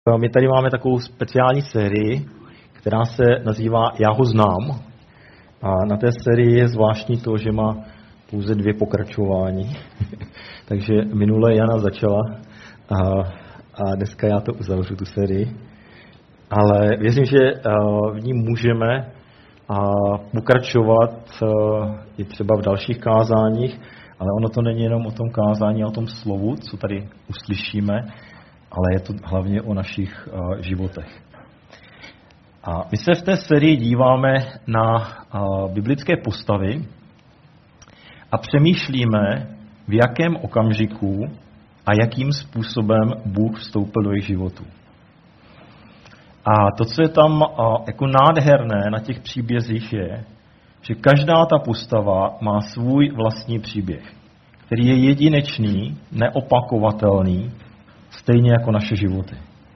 My tady máme takovou speciální sérii, která se nazývá Já ho znám. A na té sérii je zvláštní to, že má pouze 2 pokračování. Takže minule Jana začala a dneska já to uzavřu, tu sérii. Ale věřím, že v ní můžeme pokračovat i třeba v dalších kázáních, ale ono to není jenom o tom kázání a o tom slovu, co tady uslyšíme, ale je to hlavně o našich životech. A my se v té sérii díváme na biblické postavy a přemýšlíme, v jakém okamžiku a jakým způsobem Bůh vstoupil do jejich životů. A to, co je tam jako nádherné na těch příbězích, je, že každá ta postava má svůj vlastní příběh, který je jedinečný, neopakovatelný, stejně jako naše životy.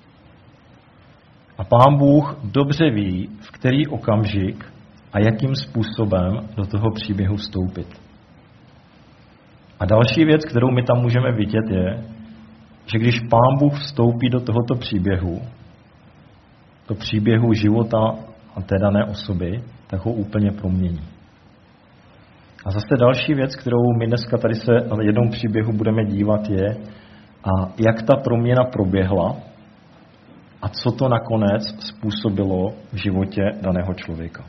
A Pán Bůh dobře ví, v který okamžik a jakým způsobem do toho příběhu vstoupit. A další věc, kterou my tam můžeme vidět, je, že když Pán Bůh vstoupí do tohoto příběhu, do příběhu života a té dané osoby, tak ho úplně promění. A zase další věc, kterou my dneska tady se na jednom příběhu budeme dívat, je, jak ta proměna proběhla a co to nakonec způsobilo v životě daného člověka.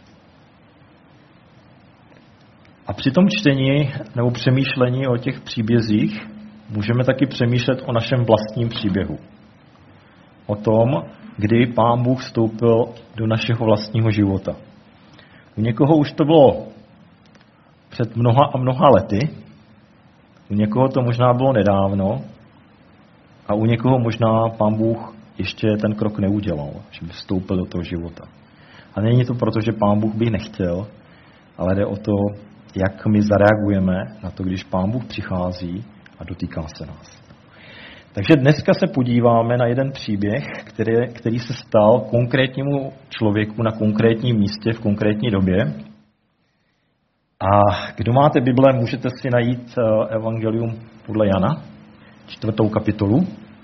A při tom čtení nebo přemýšlení o těch příbězích můžeme taky přemýšlet o našem vlastním příběhu. O tom, kdy Pán Bůh vstoupil do našeho vlastního života. U někoho už to bylo před mnoha a mnoha lety, u někoho to možná bylo nedávno a u někoho možná Pán Bůh ještě ten krok neudělal, že by vstoupil do toho života. A není to proto, že Pán Bůh by nechtěl, ale jde o to, jak my zareagujeme na to, když Pán Bůh přichází a dotýká se nás. Takže dneska se podíváme na jeden příběh, který se stal konkrétnímu člověku na konkrétním místě v konkrétní době. A kdo máte Bible, můžete si najít Evangelium podle Jana, 4. kapitolu.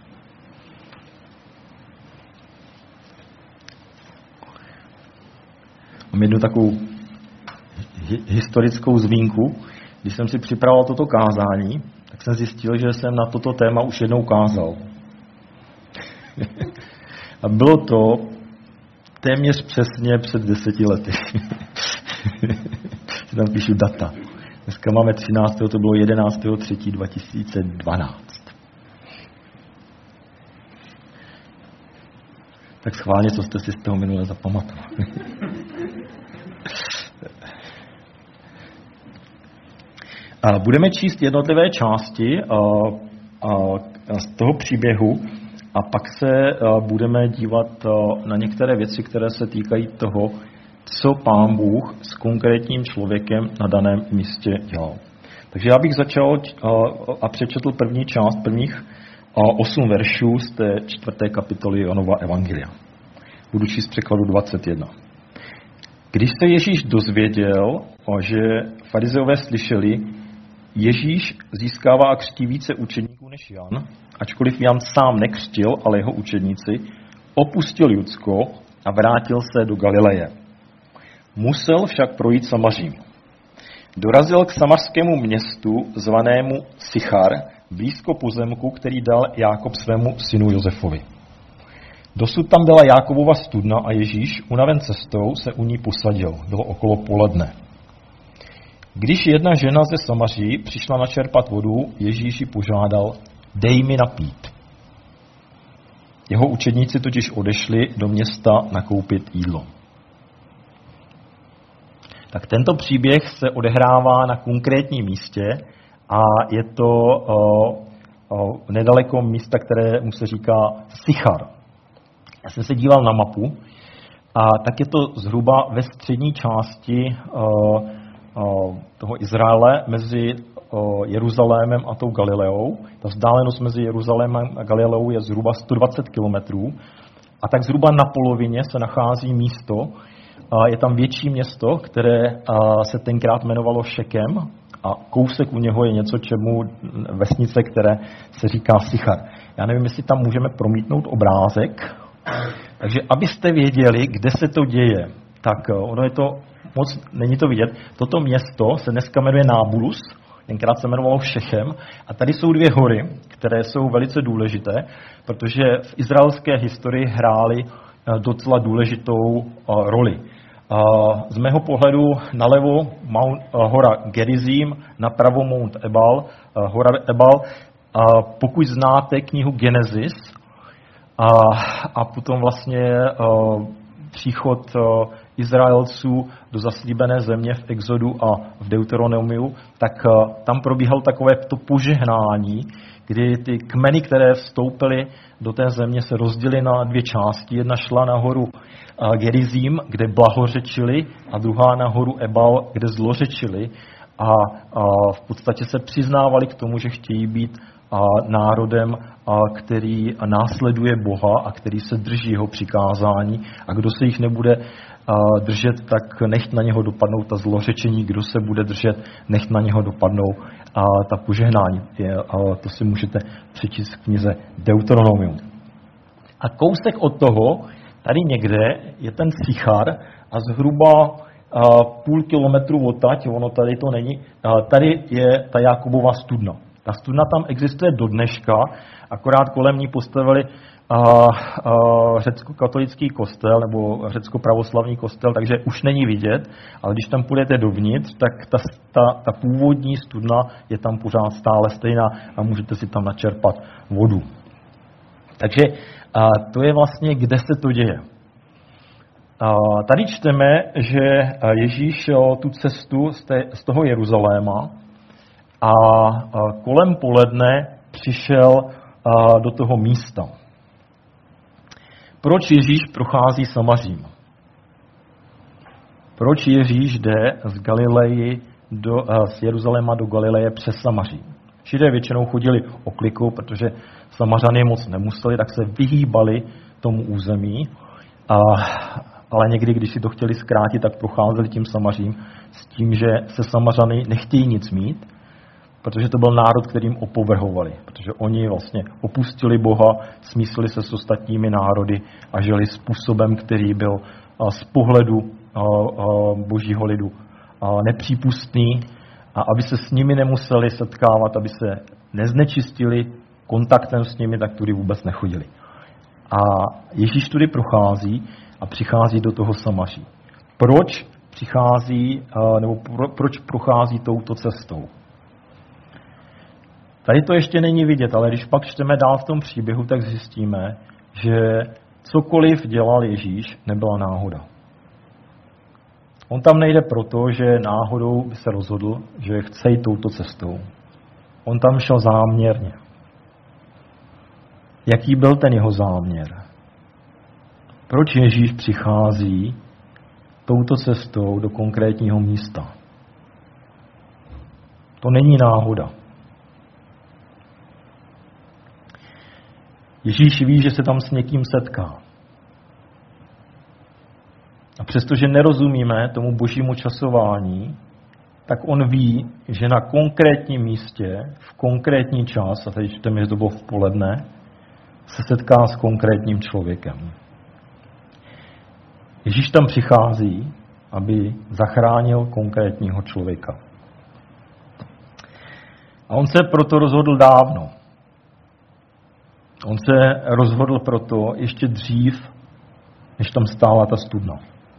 Mám jednu takovou historickou zmínku. Když jsem si připravoval toto kázání, tak jsem zjistil, že jsem na toto téma už jednou kázal. A bylo to téměř přesně před 10 lety. Tam píšu data. Dneska máme 13. To bylo 11.3.2012. Tak schválně, co jste si z toho minule zapamatovali. Budeme číst jednotlivé části z toho příběhu a pak se budeme dívat na některé věci, které se týkají toho, co Pán Bůh s konkrétním člověkem na daném místě dělal. Takže já bych začal a přečetl první část, prvních 8 veršů z té 4. kapitoly Janova Evangelia. Budu číst překladu 21. Když se Ježíš dozvěděl, že farizeové slyšeli, Ježíš získává a křtí více učedníků než Jan, ačkoliv Jan sám nekřtil, ale jeho učedníci, opustil Judsko a vrátil se do Galileje. Musel však projít Samařím. Dorazil k samařskému městu zvanému Sichar, blízko pozemku, který dal Jákob svému synu Josefovi. Dosud tam byla Jákobova studna a Ježíš, unaven cestou, se u ní posadil. Bylo okolo poledne. Když jedna žena ze Samaří přišla načerpat vodu, Ježíš ji požádal, dej mi napít. Jeho učedníci totiž odešli do města nakoupit jídlo. Tak tento příběh se odehrává na konkrétním místě a je to nedaleko místa, kterému se říká Sichar. Já jsem se díval na mapu a tak je to zhruba ve střední části toho Izraele mezi Jeruzalémem a tou Galileou. Ta vzdálenost mezi Jeruzalémem a Galileou je zhruba 120 kilometrů a tak zhruba na polovině se nachází místo, je tam větší město, které se tenkrát jmenovalo Šekem a kousek u něho je něco, čemu vesnice, které se říká Sichar. Já nevím, jestli tam můžeme promítnout obrázek. Takže abyste věděli, kde se to děje, tak ono je to moc, není to vidět. Toto město se dneska jmenuje Nábulus, tenkrát se jmenovalo Šechem, a tady jsou dvě hory, které jsou velice důležité, protože v izraelské historii hrály docela důležitou roli. Z mého pohledu nalevo hora Gerizim, napravo Mount Ebal, hora Ebal. Pokud znáte knihu Genesis a potom vlastně příchod Izraelců do zaslíbené země v Exodu a v Deuteronomiu, tak tam probíhalo takové to požehnání, kdy ty kmeny, které vstoupily do té země, se rozdělily na dvě části. Jedna šla na horu Gerizim, kde blahořečili, a druhá na horu Ebal, kde zlořečili. A v podstatě se přiznávali k tomu, že chtějí být národem, který následuje Boha a který se drží jeho přikázání. A kdo se jich nebude držet, tak nech na něho dopadnou ta zlořečení. Kdo se bude držet, nech na něho dopadnou ta požehnání. To si můžete přečíst v knize Deuteronomium. A kousek od toho, tady někde je ten Sichar a zhruba půl kilometru odtať, ono tady to není, tady je ta Jákobova studna. Ta studna tam existuje do dneška, akorát kolem ní postavili řecko-katolický kostel nebo řecko-pravoslavný kostel, takže už není vidět, ale když tam půjdete dovnitř, tak ta původní studna je tam pořád stále stejná a můžete si tam načerpat vodu. Takže to je vlastně, kde se to děje. Tady čteme, že Ježíš šel tu cestu z toho Jeruzaléma a kolem poledne přišel do toho místa. Proč Ježíš prochází Samařím? Proč Ježíš jde z Jeruzaléma do Galileje přes Samaří? Židé většinou chodili oklikou, protože Samařany moc nemuseli, tak se vyhýbali tomu území. Ale někdy, když si to chtěli zkrátit, tak procházeli tím Samařím s tím, že se Samařany nechtějí nic mít, protože to byl národ, kterým opovrhovali. Protože oni vlastně opustili Boha, smísili se s ostatními národy a žili způsobem, který byl z pohledu božího lidu nepřípustný, a aby se s nimi nemuseli setkávat, aby se neznečistili kontaktem s nimi, tak tudy vůbec nechodili. A Ježíš tudy prochází a přichází do toho Samaří. Proč přichází, nebo proč prochází touto cestou? Tady to ještě není vidět, ale když pak čteme dál v tom příběhu, tak zjistíme, že cokoliv dělal Ježíš, nebyla náhoda. On tam nejde proto, že náhodou by se rozhodl, že chce jít touto cestou. On tam šel záměrně. Jaký byl ten jeho záměr? Proč Ježíš přichází touto cestou do konkrétního místa? To není náhoda. Ježíš ví, že se tam s někým setká. A přestože nerozumíme tomu božímu časování, tak on ví, že na konkrétním místě, v konkrétní čas, a tady čteme, že to bylo v poledne, se setká s konkrétním člověkem. Ježíš tam přichází, aby zachránil konkrétního člověka. A on se proto rozhodl dávno. On se rozhodl proto ještě dřív, než tam stála ta studna.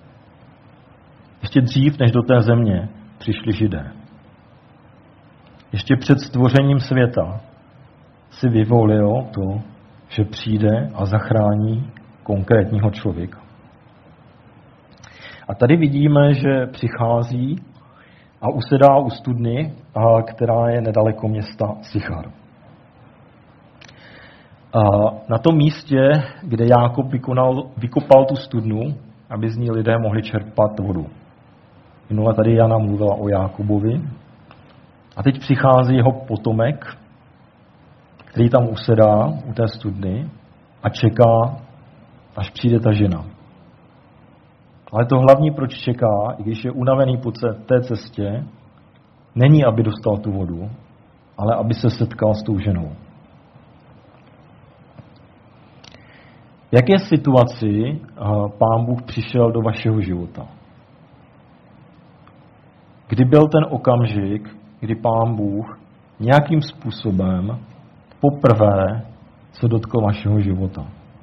Ještě dřív, než do té země přišli Židé. Ještě před stvořením světa si vyvolil to, že přijde a zachrání konkrétního člověka. A tady vidíme, že přichází a usedá u studny, která je nedaleko města Sichar. A na tom místě, kde Jákob vykopal tu studnu, aby z ní lidé mohli čerpat vodu. Minule tady Jana mluvila o Jákobovi. A teď přichází jeho potomek, který tam usedá u té studny a čeká, až přijde ta žena. Ale to hlavní, proč čeká, i když je unavený po té cestě, není, aby dostal tu vodu, ale aby se setkal s tou ženou. V jaké situaci Pán Bůh přišel do vašeho života? Kdy byl ten okamžik, kdy Pán Bůh nějakým způsobem poprvé se dotkl vašeho života?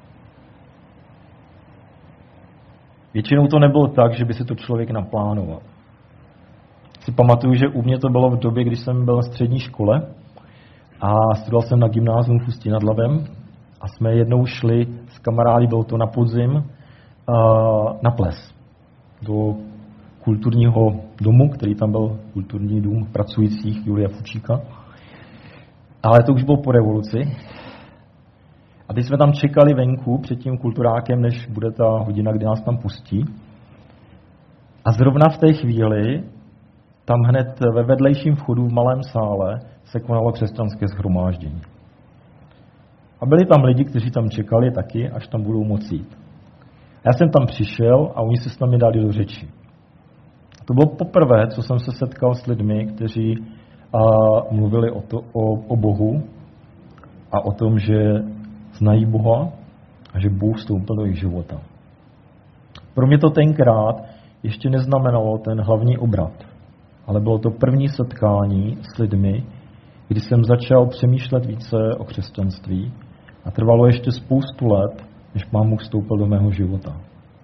Většinou to nebylo tak, že by si to člověk naplánoval. Si pamatuju, že u mě to bylo v době, když jsem byl na střední škole a studoval jsem na gymnáziu v Ústí nad Labem a jsme jednou šli s kamarády, bylo to na podzim, na ples do kulturního domu, který tam byl kulturní dům pracujících Julia Fučíka. Ale to už bylo po revoluci. A teď jsme tam čekali venku před tím kulturákem, než bude ta hodina, kdy nás tam pustí. A zrovna v té chvíli tam hned ve vedlejším vchodu v malém sále se konalo křesťanské shromáždění. A byli tam lidi, kteří tam čekali taky, až tam budou moci jít. Já jsem tam přišel a oni se s námi dali do řeči. To bylo poprvé, co jsem se setkal s lidmi, kteří mluvili o Bohu a o tom, že znají Boha a že Bůh vstoupil do jejich života. Pro mě to tenkrát ještě neznamenalo ten hlavní obrat, ale bylo to první setkání s lidmi, kdy jsem začal přemýšlet více o křesťanství a trvalo ještě spoustu let, než Pán Bůh vstoupil do mého života.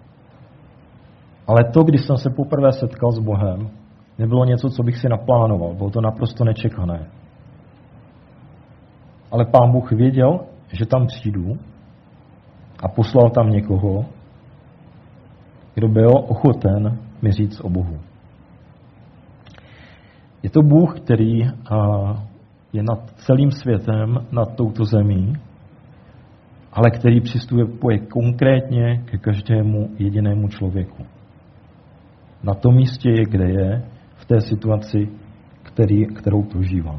Ale to, když jsem se poprvé setkal s Bohem, nebylo něco, co bych si naplánoval. Bylo to naprosto nečekané. Ale Pán Bůh věděl, že tam přijdu a poslal tam někoho, kdo byl ochoten mi říct o Bohu. Je to Bůh, který je nad celým světem, nad touto zemí, ale který přistupuje konkrétně ke každému jedinému člověku. Na tom místě je, kde je, v té situaci, kterou prožívá.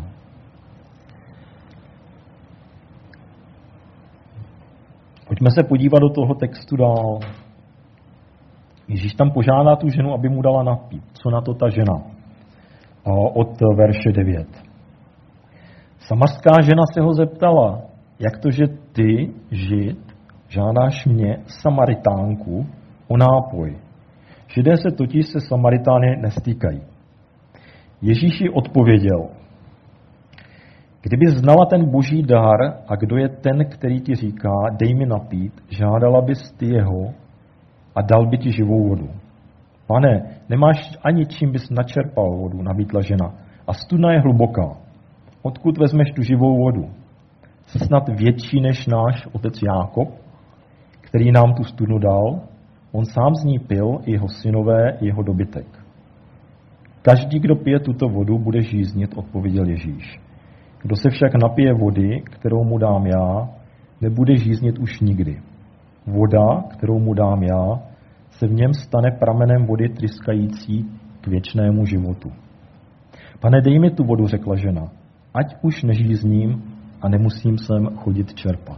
Pojďme se podívat do toho textu dál. Ježíš tam požádá tu ženu, aby mu dala napít. Co na to ta žena? Od verše 9. Samařská žena se ho zeptala, jak to, že ty, Žid, žádáš mě, Samaritánku, o nápoj. Židé se totiž se Samaritány nestýkají. Ježíš jí odpověděl, kdyby znala ten boží dar a kdo je ten, který ti říká, dej mi napít, žádala bys ty jeho a dal by ti živou vodu. Pane, nemáš ani čím bys načerpal vodu, nabídla žena. A studna je hluboká. Odkud vezmeš tu živou vodu? Jsi snad větší než náš otec Jákob, který nám tu studnu dal? On sám z ní pil, i jeho synové, i jeho dobytek. Každý, kdo pije tuto vodu, bude žíznit, odpověděl Ježíš. Kdo se však napije vody, kterou mu dám já, nebude žíznit už nikdy. Voda, kterou mu dám já, se v něm stane pramenem vody tryskající k věčnému životu. Pane, dej mi tu vodu, řekla žena, ať už nežízním a nemusím sem chodit čerpat.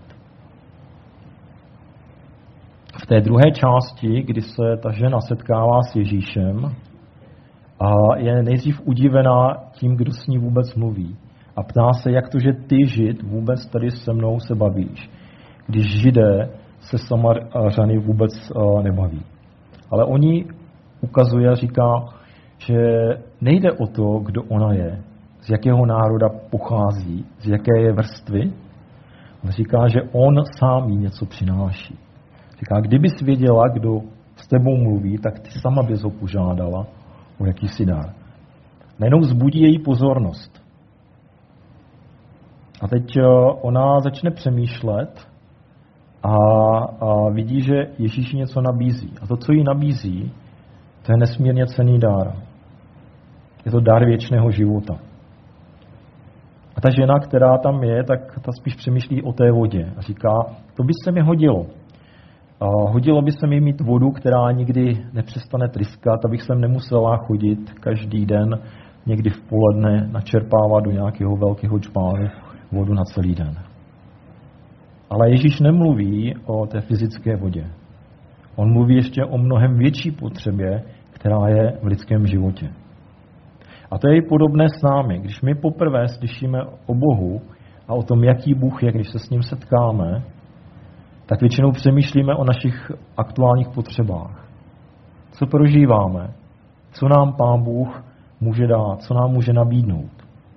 V té druhé části, kdy se ta žena setkává s Ježíšem, a je nejdřív udivená tím, kdo s ní vůbec mluví. A ptá se, jak to, že ty, Žid, vůbec tady se mnou se bavíš, když Židé se Samařany vůbec nebaví. Ale oni ukazuje a říká, že nejde o to, kdo ona je, z jakého národa pochází, z jaké je vrstvy. On říká, že on sám jí něco přináší. Říká, kdybys věděla, kdo s tebou mluví, tak ty sama bys ho požádala o jakýsi dar. Najednou vzbudí její pozornost. A teď ona začne přemýšlet a vidí, že Ježíš něco nabízí. A to, co jí nabízí, to je nesmírně cenný dar. Je to dar věčného života. A ta žena, která tam je, tak ta spíš přemýšlí o té vodě. A říká, to by se mi hodilo. Hodilo by se mi mít vodu, která nikdy nepřestane tryskat, abych sem nemusela chodit každý den, někdy v poledne, načerpávat do nějakého velkého čbánu vodu na celý den. Ale Ježíš nemluví o té fyzické vodě. On mluví ještě o mnohem větší potřebě, která je v lidském životě. A to je i podobné s námi. Když my poprvé slyšíme o Bohu a o tom, jaký Bůh je, když se s ním setkáme, tak většinou přemýšlíme o našich aktuálních potřebách. Co prožíváme? Co nám Pán Bůh může dát? Co nám může nabídnout?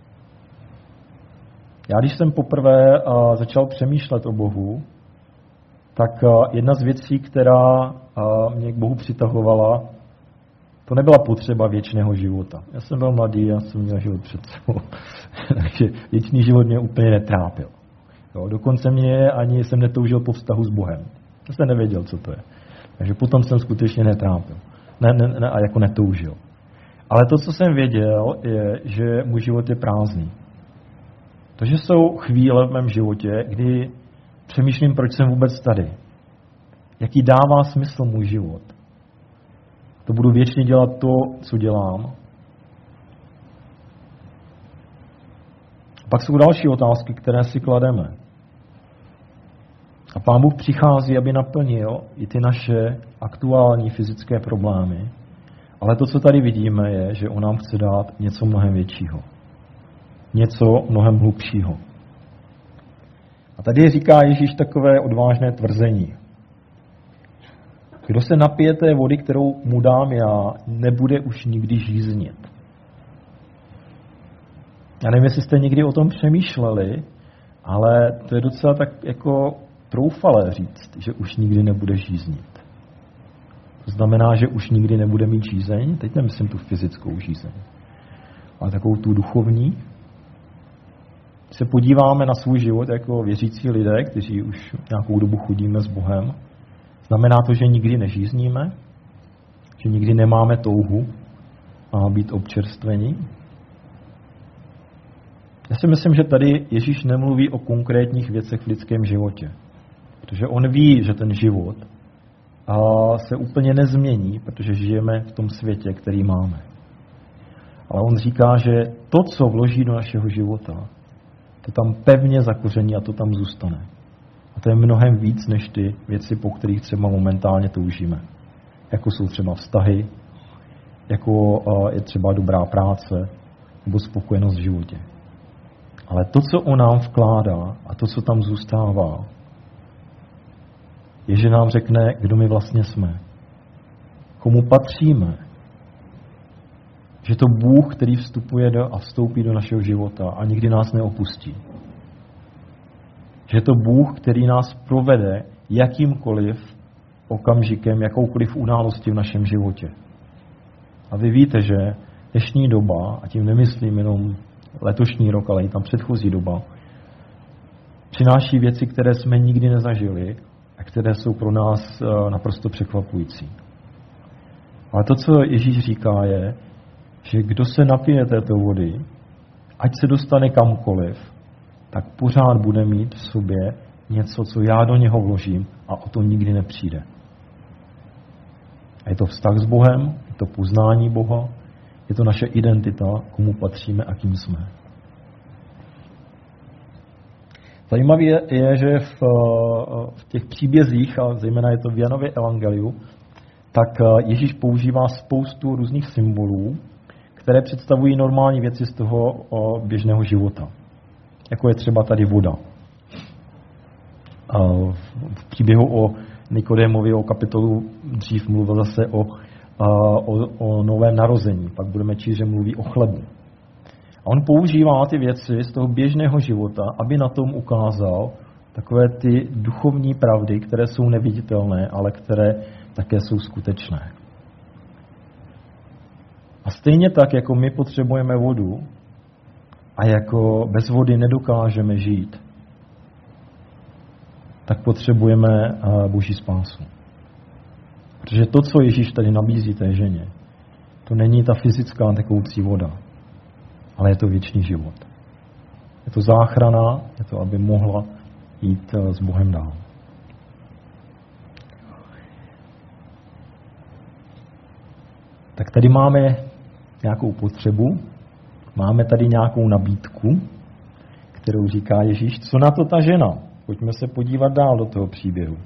Já když jsem poprvé začal přemýšlet o Bohu, tak jedna z věcí, která mě k Bohu přitahovala, to nebyla potřeba věčného života. Já jsem byl mladý, já jsem měl život před sebou, takže věčný život mě úplně netrápil. Jo, dokonce mě ani jsem netoužil po vztahu s Bohem. Já jsem nevěděl, co to je. Takže potom jsem skutečně netrápil. Ne, a jako netoužil. Ale to, co jsem věděl, je, že můj život je prázdný. Takže jsou chvíle v mém životě, kdy přemýšlím, proč jsem vůbec tady. Jaký dává smysl můj život. To budu věčně dělat to, co dělám. Pak jsou další otázky, které si klademe. A Pán Bůh přichází, aby naplnil i ty naše aktuální fyzické problémy. Ale to, co tady vidíme, je, že on nám chce dát něco mnohem většího. Něco mnohem hlubšího. A tady říká Ježíš takové odvážné tvrzení. Kdo se napije té vody, kterou mu dám já, nebude už nikdy žíznit. Já nevím, jestli jste někdy o tom přemýšleli, ale to je docela tak jako troufalé říct, že už nikdy nebude žíznit. To znamená, že už nikdy nebude mít žízeň, teď nemyslím tu fyzickou žízeň, ale takovou tu duchovní. Když se podíváme na svůj život jako věřící lidé, kteří už nějakou dobu chodíme s Bohem, znamená to, že nikdy nežízníme, že nikdy nemáme touhu a být občerstvení. Já si myslím, že tady Ježíš nemluví o konkrétních věcech v lidském životě. Protože on ví, že ten život se úplně nezmění, protože žijeme v tom světě, který máme. Ale on říká, že to, co vloží do našeho života, to tam pevně zakoření a to tam zůstane. A to je mnohem víc, než ty věci, po kterých třeba momentálně toužíme. Jako jsou třeba vztahy, jako je třeba dobrá práce nebo spokojenost v životě. Ale to, co on nám vkládá a to, co tam zůstává, je, že nám řekne, kdo my vlastně jsme. Komu patříme. Že to Bůh, který vstupuje a vstoupí do našeho života a nikdy nás neopustí. Že to Bůh, který nás provede jakýmkoliv okamžikem, jakoukoliv událostí v našem životě. A vy víte, že dnešní doba, a tím nemyslím jenom letošní rok, ale i tam předchozí doba, přináší věci, které jsme nikdy nezažili a které jsou pro nás naprosto překvapující. Ale to, co Ježíš říká, je, že kdo se napije této vody, ať se dostane kamkoliv, tak pořád bude mít v sobě něco, co já do něho vložím a o to nikdy nepřijde. A je to vztah s Bohem, je to poznání Boha, je to naše identita, komu patříme a kým jsme. Zajímavé je, že v těch příbězích, a zejména je to v Janově evangeliu, tak Ježíš používá spoustu různých symbolů, které představují normální věci z toho běžného života. Jako je třeba tady voda. V příběhu o Nikodémovi, o kapitolu dřív mluvil zase o novém narození. Pak budeme číst, že mluví o chlebu. A on používá ty věci z toho běžného života, aby na tom ukázal takové ty duchovní pravdy, které jsou neviditelné, ale které také jsou skutečné. A stejně tak, jako my potřebujeme vodu a jako bez vody nedokážeme žít, tak potřebujeme Boží spásu. Protože to, co Ježíš tady nabízí té ženě, to není ta fyzická tekoucí voda, ale je to věčný život. Je to záchrana, je to, aby mohla jít s Bohem dál. Tak tady máme nějakou potřebu, máme tady nějakou nabídku, kterou říká Ježíš. Co na to ta žena? Pojďme se podívat dál do toho příběhu. .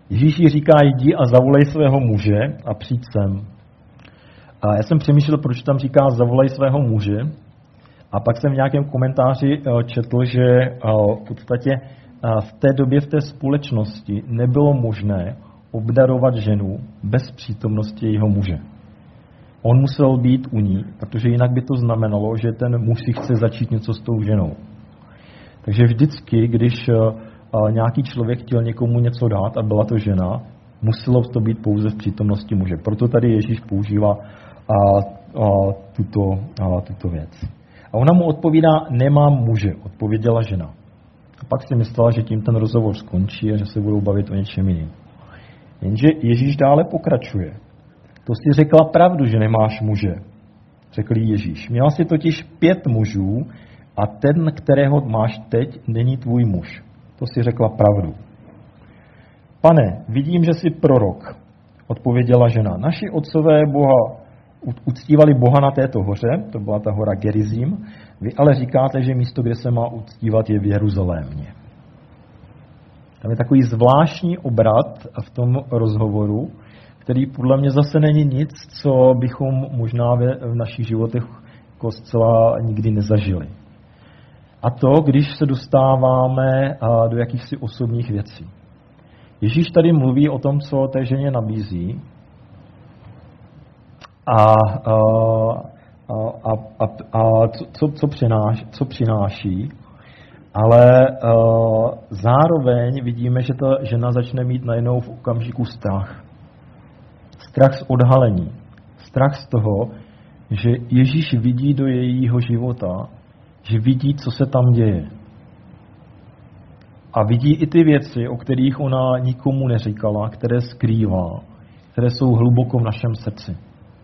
Ježíš jí říká, jdi a zavolej svého muže a přijď sem. A já jsem přemýšlel, proč tam říká zavolej svého muže. A pak jsem v nějakém komentáři četl, že v podstatě v té době v té společnosti nebylo možné obdarovat ženu bez přítomnosti jejího muže. On musel být u ní, protože jinak by to znamenalo, že ten muž si chce začít něco s tou ženou. Takže vždycky, když nějaký člověk chtěl někomu něco dát a byla to žena, muselo to být pouze v přítomnosti muže. Proto tady Ježíš používá tuto věc. A ona mu odpovídá, nemám muže, odpověděla žena. A pak si myslela, že tím ten rozhovor skončí a že se budou bavit o něčem jiným. Jenže Ježíš dále pokračuje. To si řekla pravdu, že nemáš muže, řekl jí Ježíš. Měla si totiž 5 mužů a ten, kterého máš teď, není tvůj muž. To si řekla pravdu. Pane, vidím, že jsi prorok, odpověděla žena. Naši otcové uctívali Boha na této hoře, to byla ta hora Gerizim, vy ale říkáte, že místo, kde se má uctívat, je v Jeruzalémě. Tam je takový zvláštní obrat v tom rozhovoru, který podle mě zase není nic, co bychom možná v našich životech jako zcela nikdy nezažili. A to, když se dostáváme do jakýchsi osobních věcí. Ježíš tady mluví o tom, co té ženě nabízí co přináší, ale zároveň vidíme, že ta žena začne mít najednou v okamžiku strach. Strach z odhalení. Strach z toho, že Ježíš vidí do jejího života, že vidí, co se tam děje. A vidí i ty věci, o kterých ona nikomu neříkala, které skrývá, které jsou hluboko v našem srdci.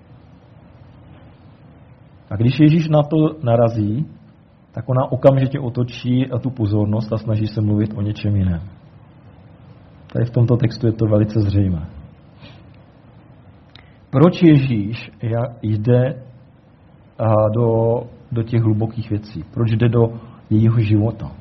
A když Ježíš na to narazí, tak ona okamžitě otočí tu pozornost a snaží se mluvit o něčem jiném. Tady v tomto textu je to velice zřejmé. Proč Ježíš jde do těch hlubokých věcí? Proč jde do jejího života?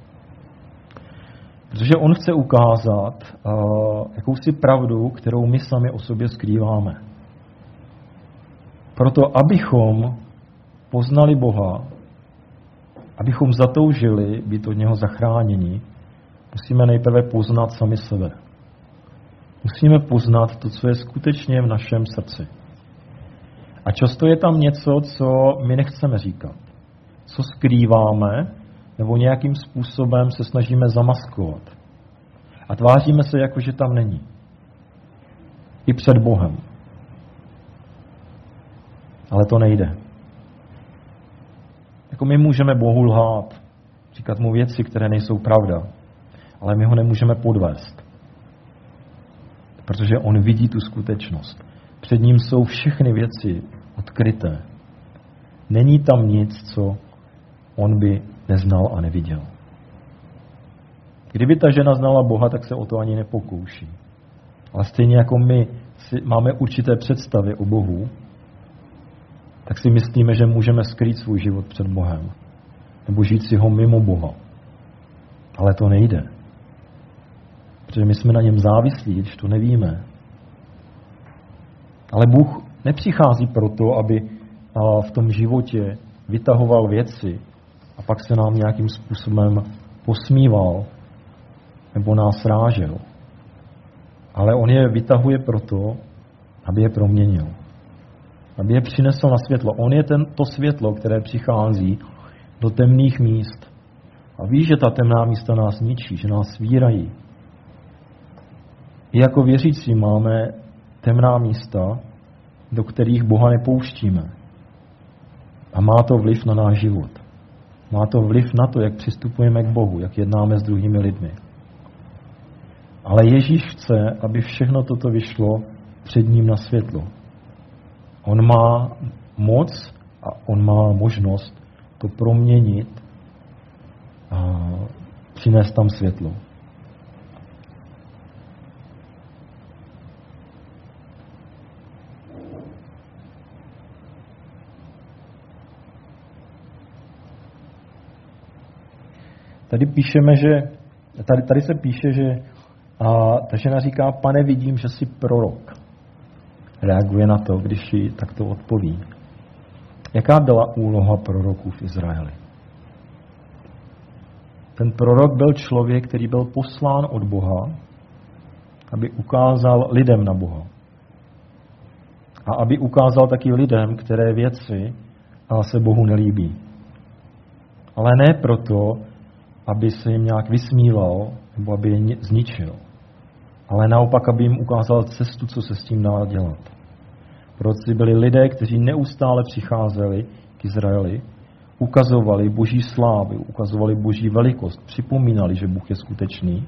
Protože on chce ukázat jakousi pravdu, kterou my sami o sobě skrýváme. Proto, abychom poznali Boha, abychom zatoužili být od něho zachráněni, musíme nejprve poznat sami sebe. Musíme poznat to, co je skutečně v našem srdci. A často je tam něco, co my nechceme říkat. Co skrýváme, nebo nějakým způsobem se snažíme zamaskovat. A tváříme se, jako že tam není. I před Bohem. Ale to nejde. Jako my můžeme Bohu lhát, říkat mu věci, které nejsou pravda, ale my ho nemůžeme podvést. Protože on vidí tu skutečnost. Před ním jsou všechny věci odkryté. Není tam nic, co on by neznal a neviděl. Kdyby ta žena znala Boha, tak se o to ani nepokouší. Ale stejně jako my máme určité představy o Bohu, tak si myslíme, že můžeme skrýt svůj život před Bohem. Nebo žít si ho mimo Boha. Ale to nejde. Protože my jsme na něm závislí, když to nevíme. Ale Bůh nepřichází proto, aby v tom životě vytahoval věci a pak se nám nějakým způsobem posmíval nebo nás rážel. Ale on je vytahuje proto, aby je proměnil. Aby je přinesl na světlo. On je to světlo, které přichází do temných míst. A ví, že ta temná místa nás ničí, že nás svírají. I jako věřící máme temná místa, do kterých Boha nepouštíme. A má to vliv na náš život. Má to vliv na to, jak přistupujeme k Bohu, jak jednáme s druhými lidmi. Ale Ježíš chce, aby všechno toto vyšlo před ním na světlo. On má moc a on má možnost to proměnit a přinést tam světlo. Tady se píše, že A ta žena říká, pane, vidím, že jsi prorok. Reaguje na to, když jí takto odpoví. Jaká byla úloha proroků v Izraeli? Ten prorok byl člověk, který byl poslán od Boha, aby ukázal lidem na Boha. A aby ukázal taky lidem, které věci se Bohu nelíbí. Ale ne proto, aby se jim nějak vysmíval, nebo aby je zničil. Ale naopak, aby jim ukázal cestu, co se s tím dá dělat. Proto byli lidé, kteří neustále přicházeli k Izraeli, ukazovali Boží slávu, ukazovali Boží velikost, připomínali, že Bůh je skutečný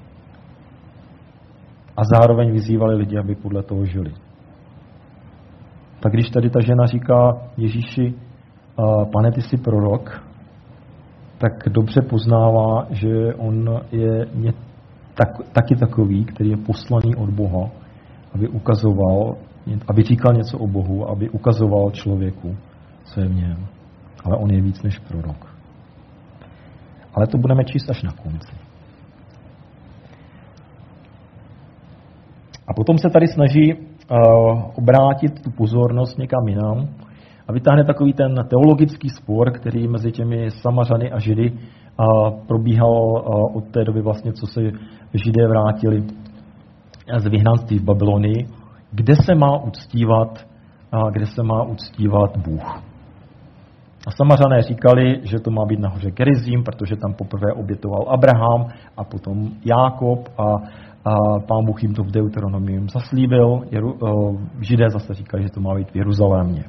a zároveň vyzývali lidi, aby podle toho žili. Tak když tady ta žena říká Ježíši, pane, ty jsi prorok, tak dobře poznává, že on je taky takový, který je poslaný od Boha, aby ukazoval, aby říkal něco o Bohu, aby ukazoval člověku, co je v něm. Ale on je víc než prorok. Ale to budeme číst až na konci. A potom se tady snaží obrátit tu pozornost někam jinam a vytáhne takový ten teologický spor, který mezi těmi Samařany a Židy probíhal od té doby vlastně, co se Židé vrátili z vyhnanství v Babylonii, kde se má uctívat Bůh. A Samařané říkali, že to má být na hoře Gerizim, protože tam poprvé obětoval Abraham a potom Jákob a Pán Bůh jim to v Deuteronomium zaslíbil. Židé zase říkali, že to má být v Jeruzalémě.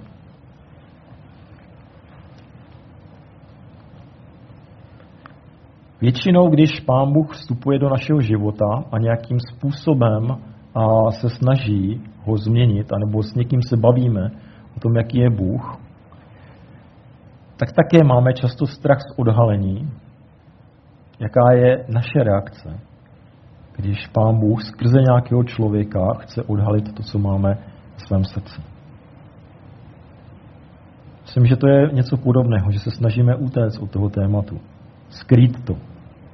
Většinou, když Pán Bůh vstupuje do našeho života a nějakým způsobem se snaží ho změnit, anebo s někým se bavíme o tom, jaký je Bůh, tak také máme často strach z odhalení, jaká je naše reakce, když Pán Bůh skrze nějakého člověka chce odhalit to, co máme v svém srdci. Myslím, že to je něco podobného, že se snažíme utéct od toho tématu, skrýt to.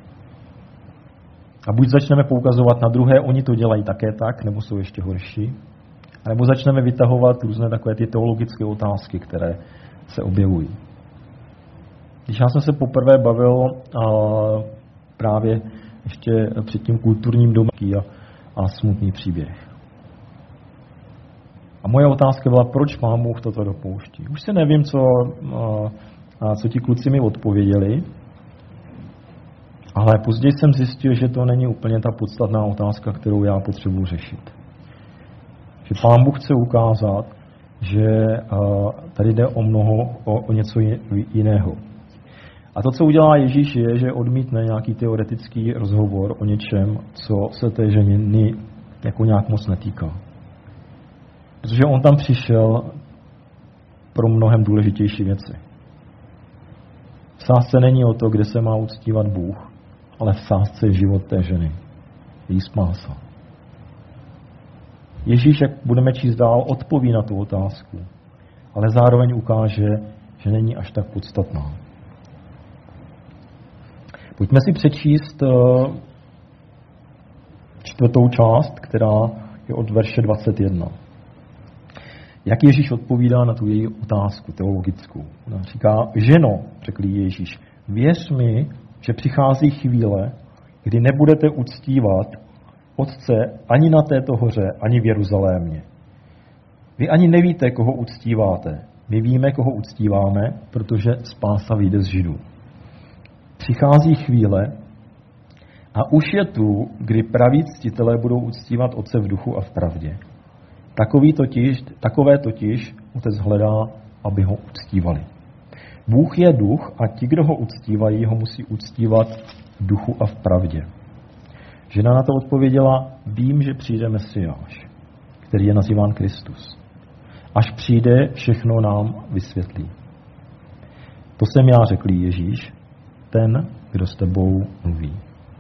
A buď začneme poukazovat na druhé, oni to dělají také tak, nebo jsou ještě horší, nebo začneme vytahovat různé takové ty teologické otázky, které se objevují. Když já jsem se poprvé bavil právě ještě před tím kulturním domem a smutný příběh. A moje otázka byla, proč Pán Bůh toto dopouští. Už si nevím, co ti kluci mi odpověděli, ale později jsem zjistil, že to není úplně ta podstatná otázka, kterou já potřebuji řešit. Že Pán Bůh chce ukázat, že tady jde o něco jiného. A to, co udělá Ježíš, je, že odmítne nějaký teoretický rozhovor o něčem, co se té ženy jako nějak moc netýká. Protože on tam přišel pro mnohem důležitější věci. V sázce není o to, kde se má uctívat Bůh, ale v sázce je život té ženy. Její spása. Ježíš, jak budeme číst dál, odpoví na tu otázku, ale zároveň ukáže, že není až tak podstatná. Pojďme si přečíst 4. část, která je od verše 21. Jak Ježíš odpovídá na tu její otázku teologickou? Ona říká, ženo, řekl Ježíš, věř mi, že přichází chvíle, kdy nebudete uctívat Otce ani na této hoře, ani v Jeruzalémě. Vy ani nevíte, koho uctíváte. My víme, koho uctíváme, protože spása vyjde z Židů. Přichází chvíle a už je tu, kdy praví ctitelé budou uctívat Otce v duchu a v pravdě. Takové totiž Otec hledá, aby ho uctívali. Bůh je duch a ti, kdo ho uctívají, ho musí uctívat v duchu a v pravdě. Žena na to odpověděla, vím, že přijde Mesiáš, který je nazýván Kristus. Až přijde, všechno nám vysvětlí. To jsem já, řekl Ježíš, ten, kdo s tebou mluví.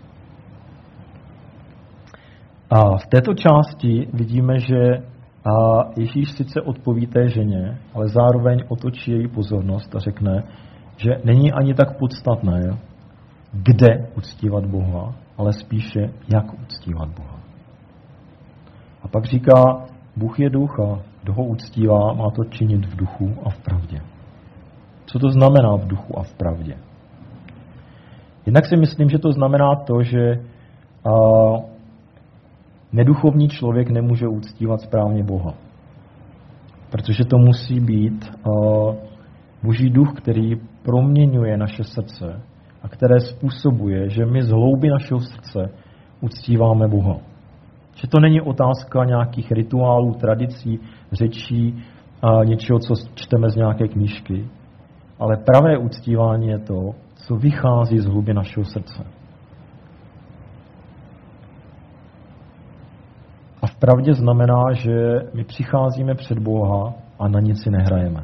A v této části vidíme, že Ježíš sice odpoví té ženě, ale zároveň otočí její pozornost a řekne, že není ani tak podstatné, kde uctívat Boha, ale spíše jak uctívat Boha. A pak říká, Bůh je duch a kdo ho uctívá, má to činit v duchu a v pravdě. Co to znamená v duchu a v pravdě? Jednak si myslím, že to znamená to, že neduchovní člověk nemůže uctívat správně Boha. Protože to musí být Boží duch, který proměňuje naše srdce a které způsobuje, že my z hloubi našeho srdce uctíváme Boha. Že to není otázka nějakých rituálů, tradicí, řečí, něčeho, co čteme z nějaké knížky, ale pravé uctívání je to, co vychází z hloubi našeho srdce. A v pravdě znamená, že my přicházíme před Boha a na nic si nehrajeme.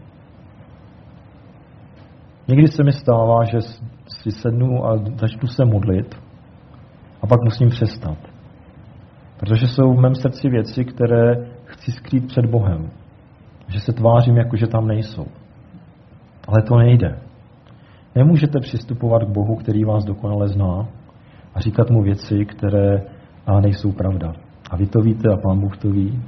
Někdy se mi stává, že si sednu a začnu se modlit a pak musím přestat. Protože jsou v mém srdci věci, které chci skrýt před Bohem. Že se tvářím, jako že tam nejsou. Ale to nejde. Nemůžete přistupovat k Bohu, který vás dokonale zná, a říkat mu věci, které nejsou pravda. A vy to víte a Pán Bůh to ví.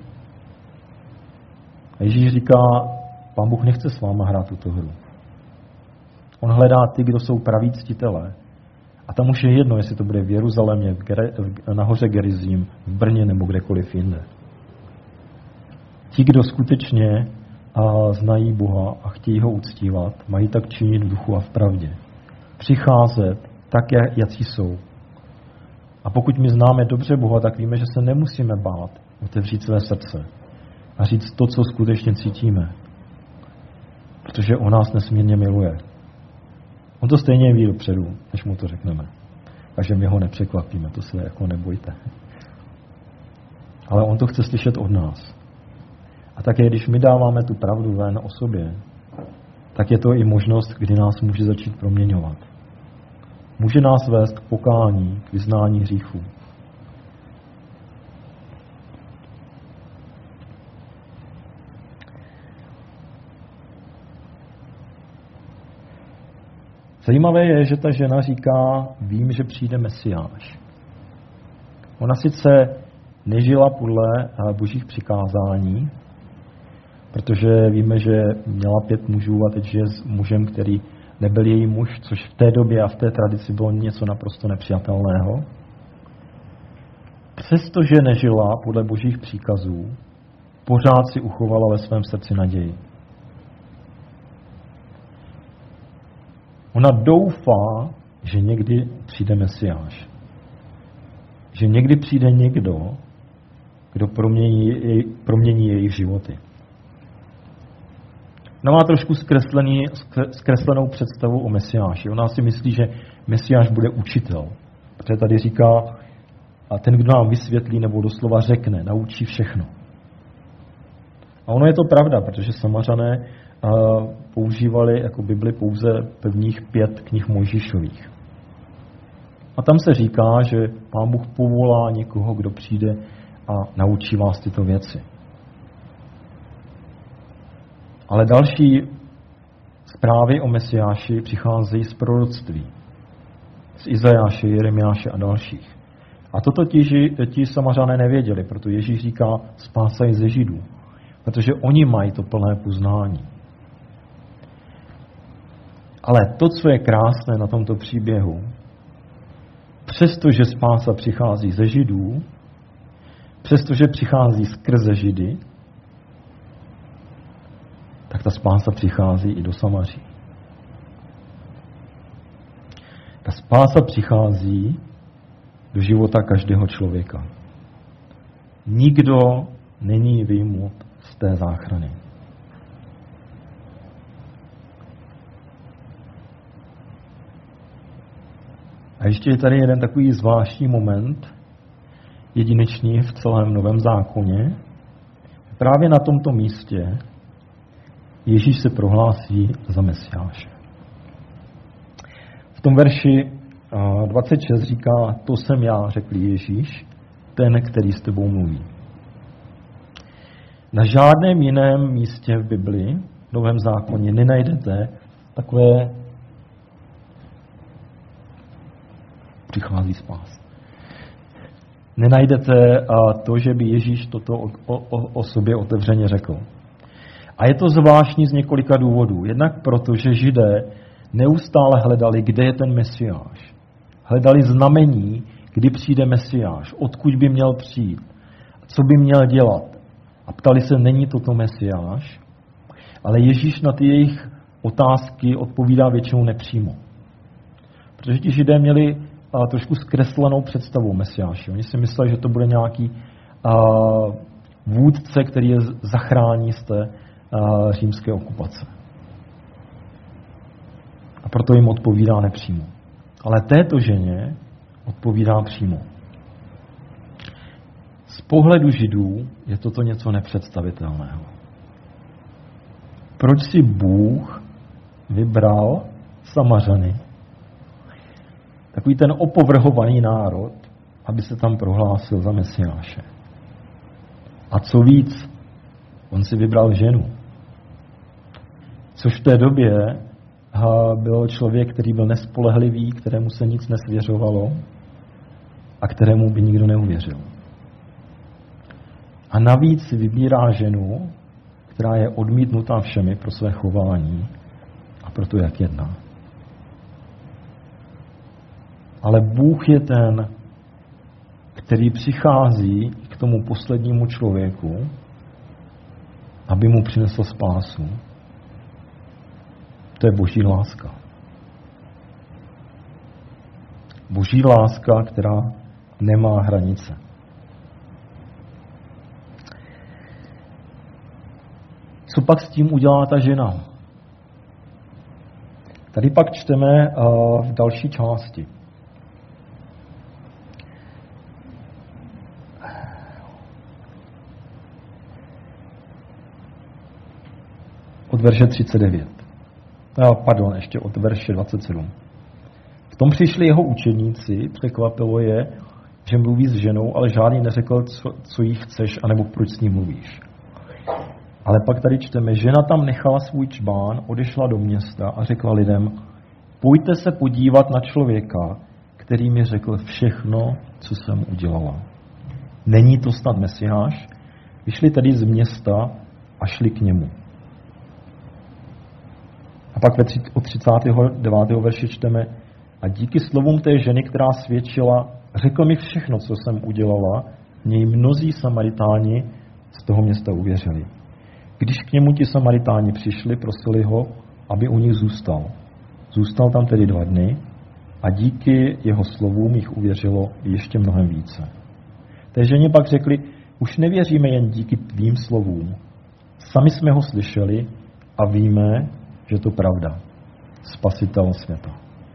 A Ježíš říká, Pán Bůh nechce s váma hrát tuto hru. On hledá ty, kdo jsou praví ctitelé. A tam už je jedno, jestli to bude v Jeruzalémě, na hoře Gerizim, v Brně nebo kdekoliv jinde. Ti, kdo skutečně znají Boha a chtějí ho uctívat, mají tak činit v duchu a v pravdě. Přicházet tak, jací jsou. A pokud my známe dobře Boha, tak víme, že se nemusíme bát otevřít své srdce a říct to, co skutečně cítíme. Protože on nás nesmírně miluje. On to stejně ví dopředu, než mu to řekneme. Takže my ho nepřekvapíme, to se jako nebojte. Ale on to chce slyšet od nás. A také, když my dáváme tu pravdu ven o sobě, tak je to i možnost, kdy nás může začít proměňovat. Může nás vést k pokání, k vyznání hříchů. Zajímavé je, že ta žena říká, vím, že přijde Mesiáš. Ona sice nežila podle božích přikázání, protože víme, že měla 5 mužů a teď žije s mužem, který nebyl její muž, což v té době a v té tradici bylo něco naprosto nepřijatelného. Přestože nežila podle božích příkazů, pořád si uchovala ve svém srdci naději. Ona doufá, že někdy přijde Mesiáš. Že někdy přijde někdo, kdo promění jejich životy. Ona má trošku zkreslenou představu o Mesiáši. Ona si myslí, že Mesiáš bude učitel. Protože tady říká, a ten, kdo nám vysvětlí nebo doslova řekne, naučí všechno. A ono je to pravda, protože Samařané používali jako Bibli pouze prvních 5 knih Mojžíšových. A tam se říká, že Pán Bůh povolá někoho, kdo přijde a naučí vás tyto věci. Ale další zprávy o Mesiáši přicházejí z proroctví. Z Izajáše, Jeremiáše a dalších. A toto ti Samařané nevěděli, proto Ježíš říká, spása je ze Židů. Protože oni mají to plné poznání. Ale to, co je krásné na tomto příběhu, přestože spása přichází ze Židů, přestože přichází skrze Židy, tak ta spása přichází i do Samaří. Ta spása přichází do života každého člověka. Nikdo není vyjmut z té záchrany. A ještě je tady jeden takový zvláštní moment, jedinečný v celém Novém zákoně. Právě na tomto místě Ježíš se prohlásí za Mesiáše. V tom verši 26 říká, to jsem já, řekl Ježíš, ten, který s tebou mluví. Na žádném jiném místě v Biblii, v Novém zákoně, nenajdete takové přichází spása. Nenajdete to, že by Ježíš toto o sobě otevřeně řekl. A je to zvláštní z několika důvodů. Jednak proto, že Židé neustále hledali, kde je ten Mesiáš. Hledali znamení, kdy přijde Mesiáš, odkud by měl přijít, co by měl dělat. A ptali se, není toto Mesiáš? Ale Ježíš na ty jejich otázky odpovídá většinou nepřímo. Protože ti Židé měli trošku zkreslenou představu Mesiáši. Oni si mysleli, že to bude nějaký vůdce, který je zachrání z té římské okupace. A proto jim odpovídá nepřímo. Ale této ženě odpovídá přímo. Z pohledu Židů je toto něco nepředstavitelného. Proč si Bůh vybral Samařany, takový ten opovrhovaný národ, aby se tam prohlásil za Mesiáše? A co víc, on si vybral ženu. Což v té době byl člověk, který byl nespolehlivý, kterému se nic nesvěřovalo a kterému by nikdo neuvěřil. A navíc si vybírá ženu, která je odmítnutá všemi pro své chování a pro to, jak jedná. Ale Bůh je ten, který přichází k tomu poslednímu člověku, aby mu přinesl spásu. To je Boží láska. Boží láska, která nemá hranice. Co pak s tím udělá ta žena? Tady pak čteme v další části. Od verše 39. Ještě od verše 27. V tom přišli jeho učedníci, překvapilo je, že mluví s ženou, ale žádný neřekl, co jí chceš, anebo proč s ní mluvíš. Ale pak tady čteme, žena tam nechala svůj čbán, odešla do města a řekla lidem, pojďte se podívat na člověka, který mi řekl všechno, co jsem udělala. Není to snad Mesiáš? Vyšli tedy z města a šli k němu. A pak od 39. verše čteme, a díky slovům té ženy, která svědčila, řekl mi všechno, co jsem udělala, něj mnozí Samaritáni z toho města uvěřili. Když k němu ti Samaritáni přišli, prosili ho, aby u nich zůstal. Zůstal tam tedy 2 dny a díky jeho slovům jich uvěřilo ještě mnohem více. Té ženě pak řekli, už nevěříme jen díky tvým slovům. Sami jsme ho slyšeli a víme, že to pravda. Spasitel světa.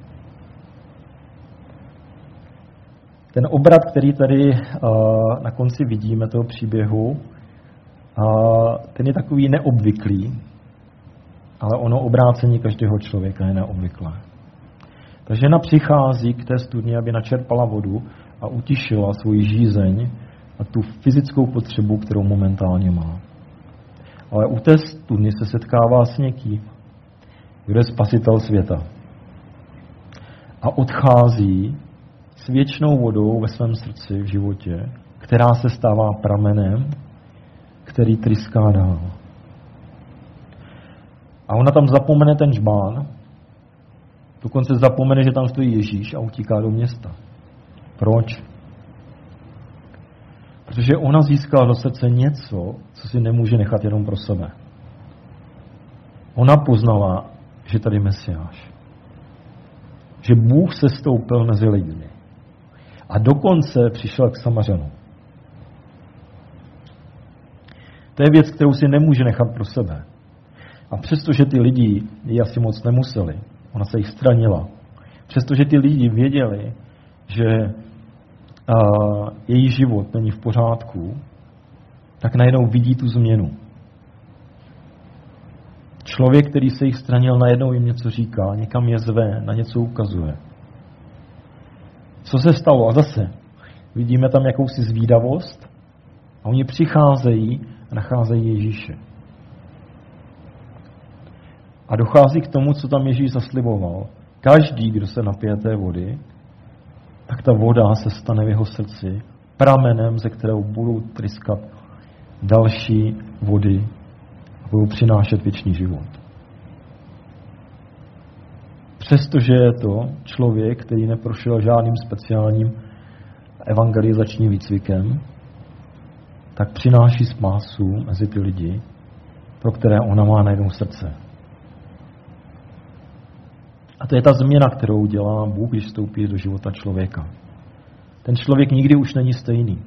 Ten obrat, který tady na konci vidíme toho příběhu, ten je takový neobvyklý, ale ono obrácení každého člověka je neobvyklé. Ta žena přichází k té studni, aby načerpala vodu a utišila svoji žízeň a tu fyzickou potřebu, kterou momentálně má. Ale u té studny se setkává s někým, kdo je spasitel světa. A odchází s věčnou vodou ve svém srdci v životě, která se stává pramenem, který tryská dál. A ona tam zapomene ten žbán, dokonce zapomene, že tam stojí Ježíš a utíká do města. Proč? Protože ona získala do srdce něco, co si nemůže nechat jenom pro sebe. Ona poznala, že tady Mesiáš. Že Bůh se stoupil mezi lidmi. A dokonce přišel k Samařanu. To je věc, kterou si nemůže nechat pro sebe. A přestože ty lidi ji asi moc nemuseli, ona se jich stranila. Přestože ty lidi věděli, že její život není v pořádku, tak najednou vidí tu změnu. Člověk, který se jich stranil, najednou jim něco říká, někam je zve, na něco ukazuje. Co se stalo? A zase vidíme tam jakousi zvídavost a oni přicházejí a nacházejí Ježíše. A dochází k tomu, co tam Ježíš zasliboval. Každý, kdo se napije té vody, ta voda se stane v jeho srdci pramenem, ze kterého budou tryskat další vody a budou přinášet věčný život. Přestože je to člověk, který neprošel žádným speciálním evangelizačním výcvikem, tak přináší spásu mezi ty lidi, pro které ona má najednou srdce. A to je ta změna, kterou dělá Bůh, když vstoupí do života člověka. Ten člověk nikdy už není stejný.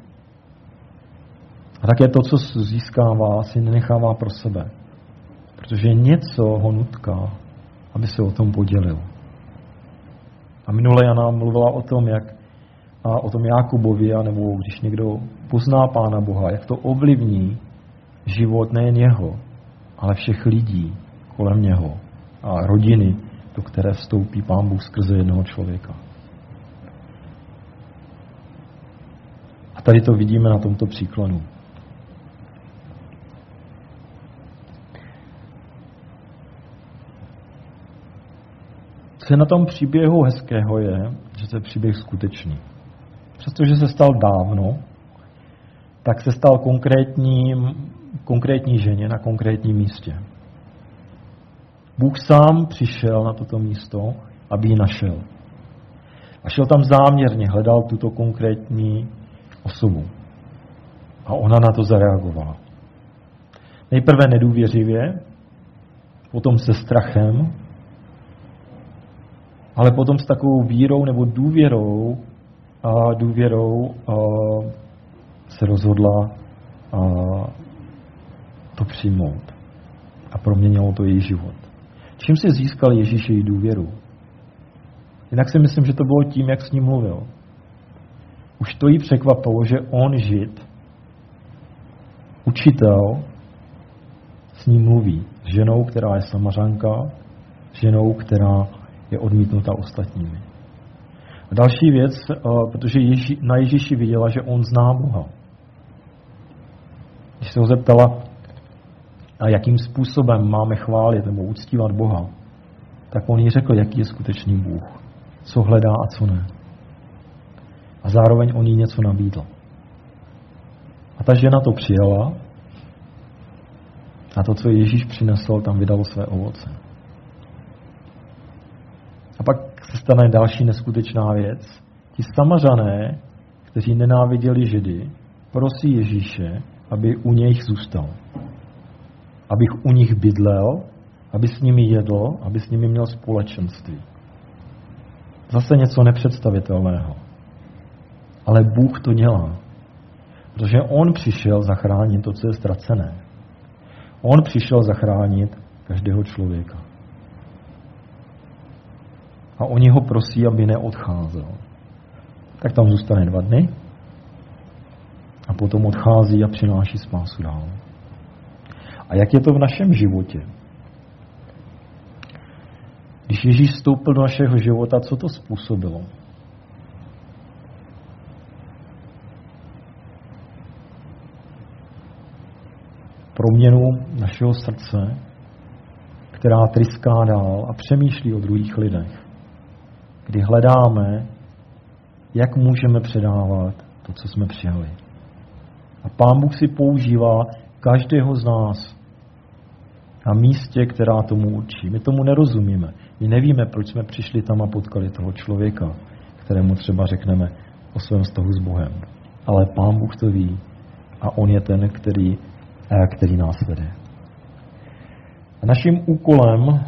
A také to, co získává, si nenechává pro sebe. Protože něco ho nutká, aby se o tom podělil. A minule Jana mluvila o tom, o tom Jákobovi, nebo když někdo pozná Pána Boha, jak to ovlivní život nejen jeho, ale všech lidí kolem něho a rodiny, do které vstoupí Pán Bůh skrze jednoho člověka. A tady to vidíme na tomto příkladu. Co je na tom příběhu hezkého je, že to je příběh skutečný. Přestože se stal dávno, tak se stal konkrétní ženě na konkrétním místě. Bůh sám přišel na toto místo, aby ji našel. A šel tam záměrně, hledal tuto konkrétní osobu. A ona na to zareagovala. Nejprve nedůvěřivě, potom se strachem, ale potom s takovou vírou nebo důvěrou se rozhodla to přijmout. A proměnilo to její život. Čím si získal Ježíš její důvěru? Jinak si myslím, že to bylo tím, jak s ním mluvil. Už to jí překvapilo, že on Žid, učitel, s ním mluví. S ženou, která je Samařanka, ženou, která je odmítnuta ostatními. A další věc, protože na Ježíši viděla, že on zná Boha. Když se ho zeptala, a jakým způsobem máme chválit nebo uctívat Boha, tak on jí řekl, jaký je skutečný Bůh, co hledá a co ne. A zároveň on jí něco nabídl. A ta žena to přijala a to, co Ježíš přinesl, tam vydalo své ovoce. A pak se stane další neskutečná věc. Ti Samařané, kteří nenáviděli Židy, prosí Ježíše, aby u nich zůstal. Abych u nich bydlel, aby s nimi jedl, aby s nimi měl společenství. Zase něco nepředstavitelného. Ale Bůh to dělá. Protože on přišel zachránit to, co je ztracené. On přišel zachránit každého člověka. A oni ho prosí, aby neodcházel. Tak tam zůstane 2 dny a potom odchází a přináší spásu dál. A jak je to v našem životě? Když Ježíš vstoupil do našeho života, co to způsobilo? Proměnu našeho srdce, která tryská dál a přemýšlí o druhých lidech. Kdy hledáme, jak můžeme předávat to, co jsme přijali. A Pán Bůh si používá každého z nás na místě, která tomu určí. My tomu nerozumíme. My nevíme, proč jsme přišli tam a potkali toho člověka, kterému třeba řekneme o svém vztahu s Bohem. Ale Pán Bůh to ví a on je ten, který nás vede. A naším úkolem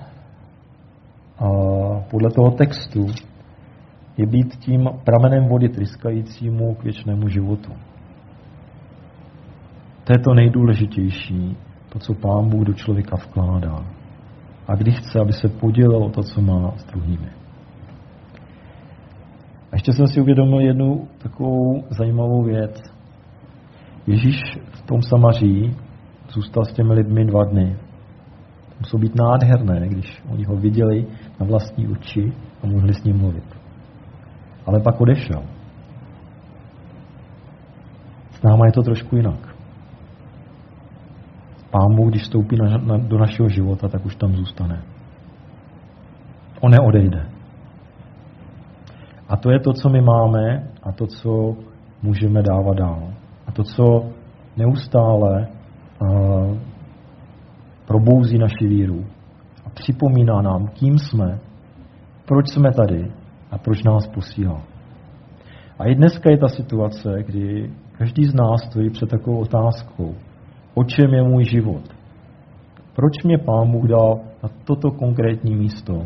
podle toho textu je být tím pramenem vody tryskajícímu k věčnému životu. To je to nejdůležitější, to, co Pán Bůh do člověka vkládá. A kdy chce, aby se podělil o to, co má s druhými. A ještě jsem si uvědomil jednu takovou zajímavou věc. Ježíš v tom Samaří zůstal s těmi lidmi 2 dny. Muselo být nádherné, když oni ho viděli na vlastní oči a mohli s ním mluvit. Ale pak odešel. S náma je to trošku jinak. Pán Bůh, když vstoupí do našeho života, tak už tam zůstane. On neodejde. A to je to, co my máme a to, co můžeme dávat dál. A to, co neustále probouzí naši víru a připomíná nám, kým jsme, proč jsme tady a proč nás posílá. A i dneska je ta situace, kdy každý z nás stojí před takovou otázkou, o čem je můj život? Proč mě Pán Bůh dal na toto konkrétní místo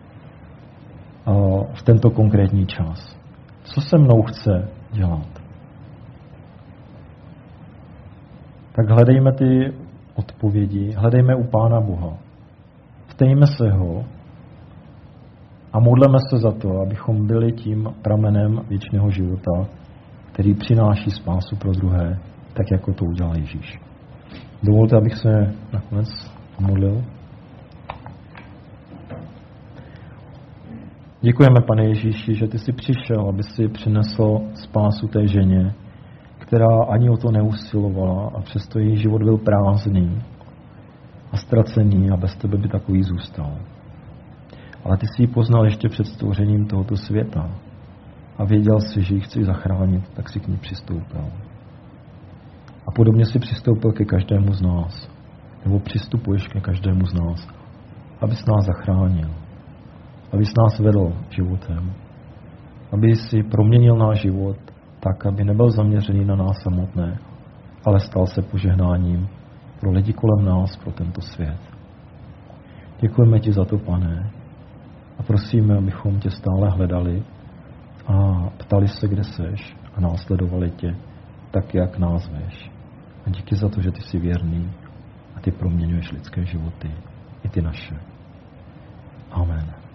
v tento konkrétní čas? Co se mnou chce dělat? Tak hledejme ty odpovědi, hledejme u Pána Boha. Ptejme se ho a modleme se za to, abychom byli tím pramenem věčného života, který přináší spásu pro druhé, tak jako to udělal Ježíš. Dovolte, abych se nakonec modlil. Děkujeme, Pane Ježíši, že ty jsi přišel, aby si přinesl spásu té ženě, která ani o to neusilovala a přesto její život byl prázdný a ztracený a bez tebe by takový zůstal. Ale ty jsi ji poznal ještě před stvořením tohoto světa a věděl jsi, že ji chci zachránit, tak si k ní přistoupil. A podobně si přistoupil ke každému z nás, nebo přistupuješ ke každému z nás, abys nás zachránil, abys nás vedl životem, aby si proměnil náš život tak, aby nebyl zaměřený na nás samotné, ale stal se požehnáním pro lidi kolem nás, pro tento svět. Děkujeme ti za to, Pane, a prosíme, abychom tě stále hledali a ptali se, kde seš a následovali tě tak, jak nás veš. A díky za to, že ty jsi věrný a ty proměňuješ lidské životy, i ty naše. Amen.